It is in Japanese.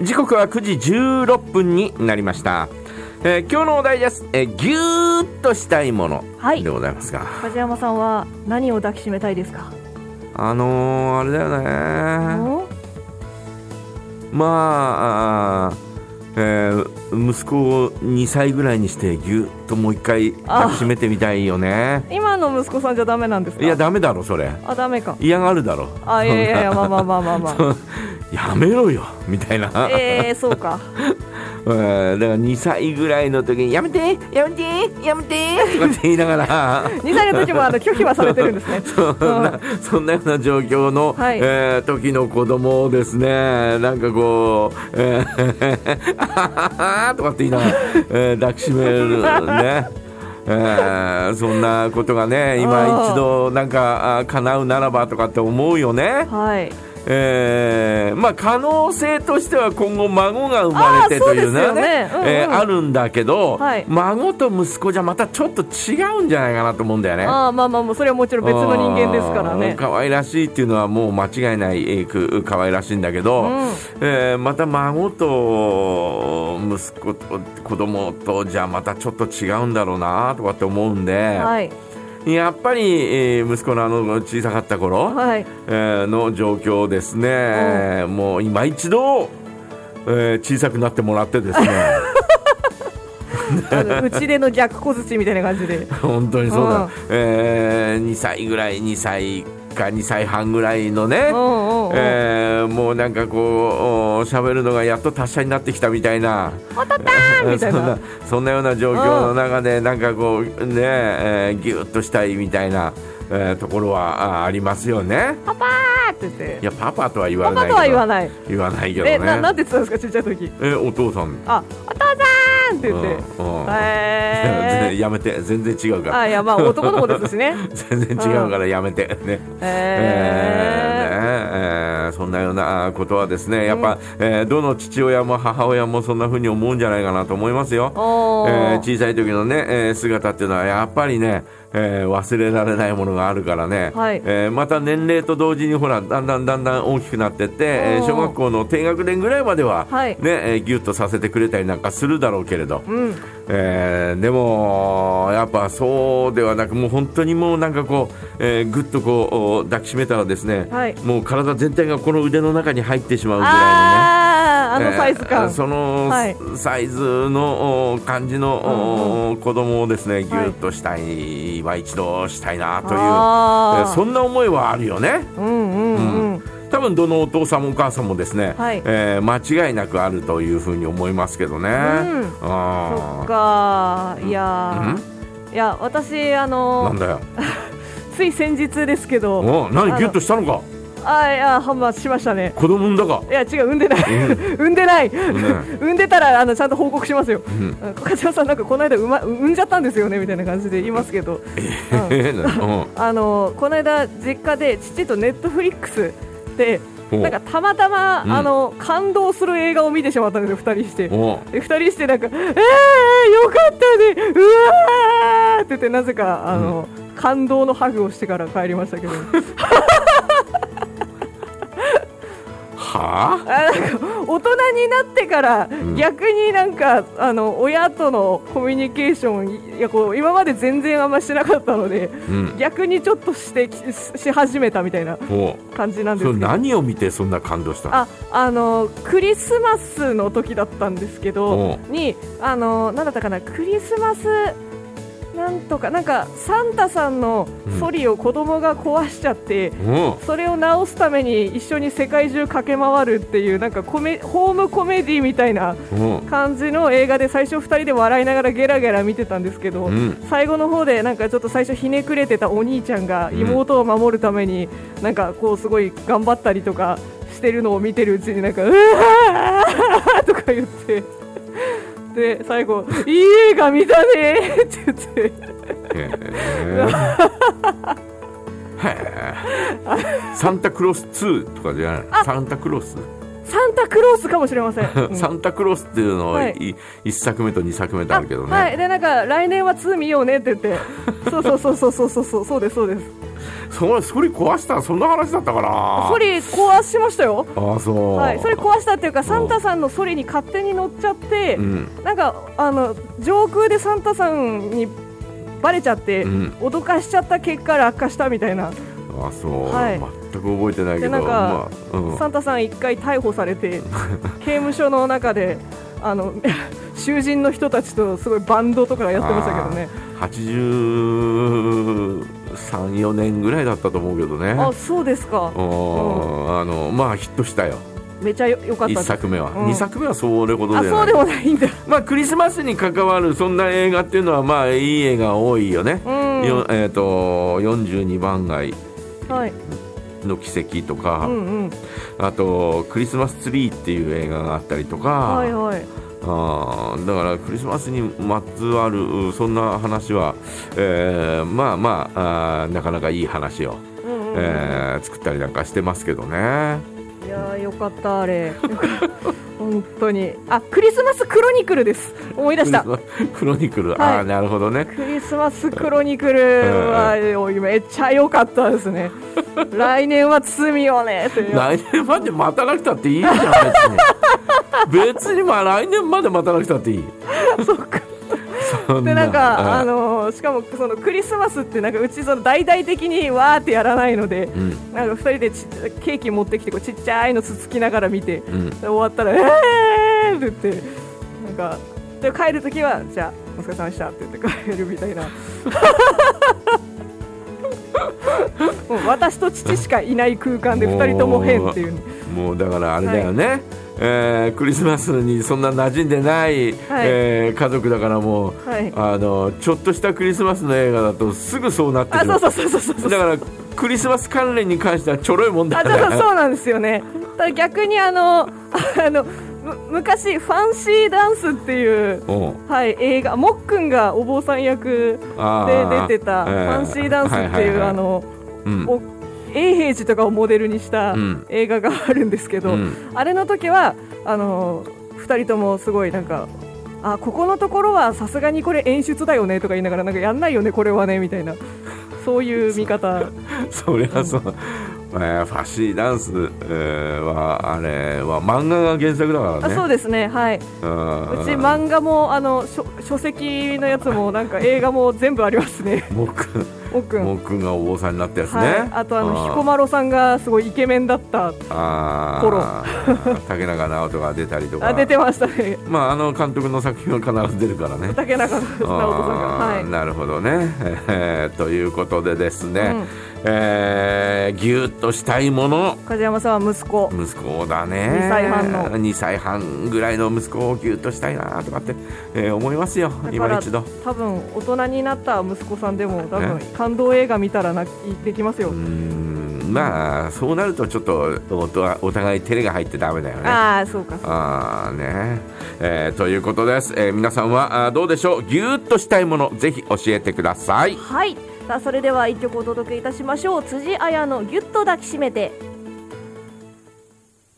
時刻は9時16分になりました。今日のお題です。ぎゅーっとしたいものでございますが、 梶山さんは何を抱きしめたいですか？ あれだよね。まあ、息子を2歳ぐらいにしてぎゅっともう一回抱きしめてみたいよね。 今の息子さんじゃダメなんですか？ いやダメだろそれ。 ダメか。 嫌がるだろ。 いやまあやめろよみたいな。 そうか。 だから2歳ぐらいの時にやめてとかって言いながら 2歳の時も拒否はされてるんですね。 そんなような状況の、時の子供をですね、なんかこう、とかって言いながら、抱きしめるね。そんなことがね今一度なんか叶うならばとかって思うよね。まあ、可能性としては今後孫が生まれてというね、あるんだけど、孫と息子じゃまたちょっと違うんじゃないかなと思うんだよね。 まあそれはもちろん別の人間ですからね。 可愛らしいっていうのはもう間違いない可愛らしいんだけど、また孫と息子と子供とじゃまたちょっと違うんだろうなとかって思うんで、やっぱり、息子の小さかった頃、の状況ですね、もう今一度、小さくなってもらってですねうちでの逆小槌みたいな感じで本当にそうだ、2歳ぐらい2歳か2歳半ぐらいのね、もうなんかこう喋るのがやっと達者になってきたみたいなおとたーみたいなそんなような状況の中でなんかこうね、ギュッとしたいみたいな、ところはありますよね。 パパーって言って、 いやパパとは言わないけど、 パパとは言わないけどね。 なんて言ってたんですかちっちゃい時。 お父さん、 お父さんって言って、 やめて全然違うから。 いやまあ男の子ですしね全然違うからやめてね。そんなようなことはですねやっぱ、どの父親も母親もそんな風に思うんじゃないかなと思いますよ。小さい時のね、姿っていうのはやっぱりね、忘れられないものがあるからね、また年齢と同時にほらだんだん大きくなってって、小学校の低学年ぐらいまでは、ねギュッとさせてくれたりなんかするだろうけれど、でもやっぱそうではなくもう本当にもうなんかこう、ぐっとこう抱きしめたらですね、もう体全体がこの腕の中に入ってしまうぐらいのね、 サイズ感、 その、サイズの感じの、子供をですねギュッとしたい、一度したいなという、そんな思いはあるよね。多分どのお父さんもお母さんもですね、間違いなくあるというふうに思いますけどね。そっか。いや私なんだよつい先日ですけど、 何ギュッとしたのか。 いやハンマーしましたね。 子供産んだか。 いや違う、産んでない産んでない産んでたらちゃんと報告しますよ。梶山さんなんかこの間産んじゃったんですよねみたいな感じで言いますけど、この間実家で父とネットフリックスでなんかたまたま、感動する映画を見てしまったんですよ、2人して。2人してなんかよかったねうわーって言ってなぜか感動のハグをしてから帰りましたけどなんか大人になってから逆になんか、親とのコミュニケーションこう今まで全然あんましてなかったので、逆にちょっとし始めたみたいな感じなんですけど。 何を見てそんな感動したの？ クリスマスの時だったんですけどに何だったかな、クリスマスなんとかなんかサンタさんのソリを子供が壊しちゃって、それを直すために一緒に世界中駆け回るっていうなんかホームコメディみたいな感じの映画で、最初2人で笑いながらゲラゲラ見てたんですけど、最後の方でなんかちょっと最初ひねくれてたお兄ちゃんが妹を守るためになんかこうすごい頑張ったりとかしてるのを見てるうちになんかうわーとか言ってで最後いい映画見たねって言ってサンタクロース2とかじゃない？サンタクロースかもしれません、 サンタクロースっていうのは、1作目と2作目とあるけどね。 でなんか来年は2見ようねって言ってそうですソリ壊したそんな話だったかな。 ソリ壊しましたよ。 あ、そう、 はい、ソリ壊したっていうか、サンタさんのソリに勝手に乗っちゃって、なんか上空でサンタさんにバレちゃって、脅かしちゃった結果落下したみたいな。 あ、そう、はい、全く覚えてないけど、 なんか、サンタさん1回逮捕されて刑務所の中で囚人の人たちとすごいバンドとかやってましたけどね。 83、4年ぐらいだったと思うけどね。 あ、そうですか。 まあヒットしたよ。 めちゃ良かったです。 1作目は、2作目はそれほどではない。 そうでもないんだ。 まあクリスマスに関わるそんな映画っていうのはまあいい映画多いよね。42番街の奇跡とか、あとクリスマスツリーっていう映画があったりとか、はいはい、だからクリスマスにまつわるそんな話は、まあまあ、なかなかいい話を、作ったりなんかしてますけどね。 いやー、よかったあれ本当に。クリスマスクロニクルです。思い出した。 クロニクル、はい、なるほどね。 クリスマスクロニクルはめっちゃ良かったですね来年は包みよねという。 来年まで待たなくたっていいじゃん別にまあ来年まで待たなくたっていいそうか。でなんかしかもそのクリスマスってなんかうちその大々的にわーってやらないので、なんか2人でケーキ持ってきてこうちっちゃいのつつきながら見て、終わったらって言ってなんかで帰るときはじゃあお疲れ様でしたって言って帰るみたいなもう私と父しかいない空間で2人とも変っていう。 もうだからあれだよね、クリスマスにそんな馴染んでない、家族だからもう、ちょっとしたクリスマスの映画だとすぐそうなってくる。だからクリスマス関連に関してはちょろいもんだよね。 そうなんですよね。ただ逆に昔ファンシーダンスっていう、映画、もっくんがお坊さん役で出てたファンシーダンスっていう永平寺とかをモデルにした映画があるんですけど、あれの時は2人ともすごいなんかここのところはさすがにこれ演出だよねとか言いながらなんかやんないよねこれはねみたいな、そういう見方そりゃそう、ファッシーダンス、はあれは漫画が原作だからね。 そうですね、はい。うち漫画も書籍のやつもなんか映画も全部ありますねもっくんがお坊さんになったやつね、 あと彦摩呂さんがすごいイケメンだった頃竹中直人が出たりとか出てましたね。 まあ監督の作品は必ず出るからね、 竹中直人さんが、 なるほどね、ということでですね、ぎゅっとしたいもの、 梶山さんは息子だね。2歳半ぐらいの息子をぎゅっとしたいなとかって、思いますよ。今一度多分大人になった息子さんでも多分感動映画見たらできますよ。 まあそうなるとちょっとお互い照れが入ってダメだよね。 そうかね、ということです。皆さんはどうでしょう。ぎゅっとしたいものぜひ教えてください。 はい、さあそれでは一曲お届けいたしましょう。辻彩のぎゅっと抱きしめて。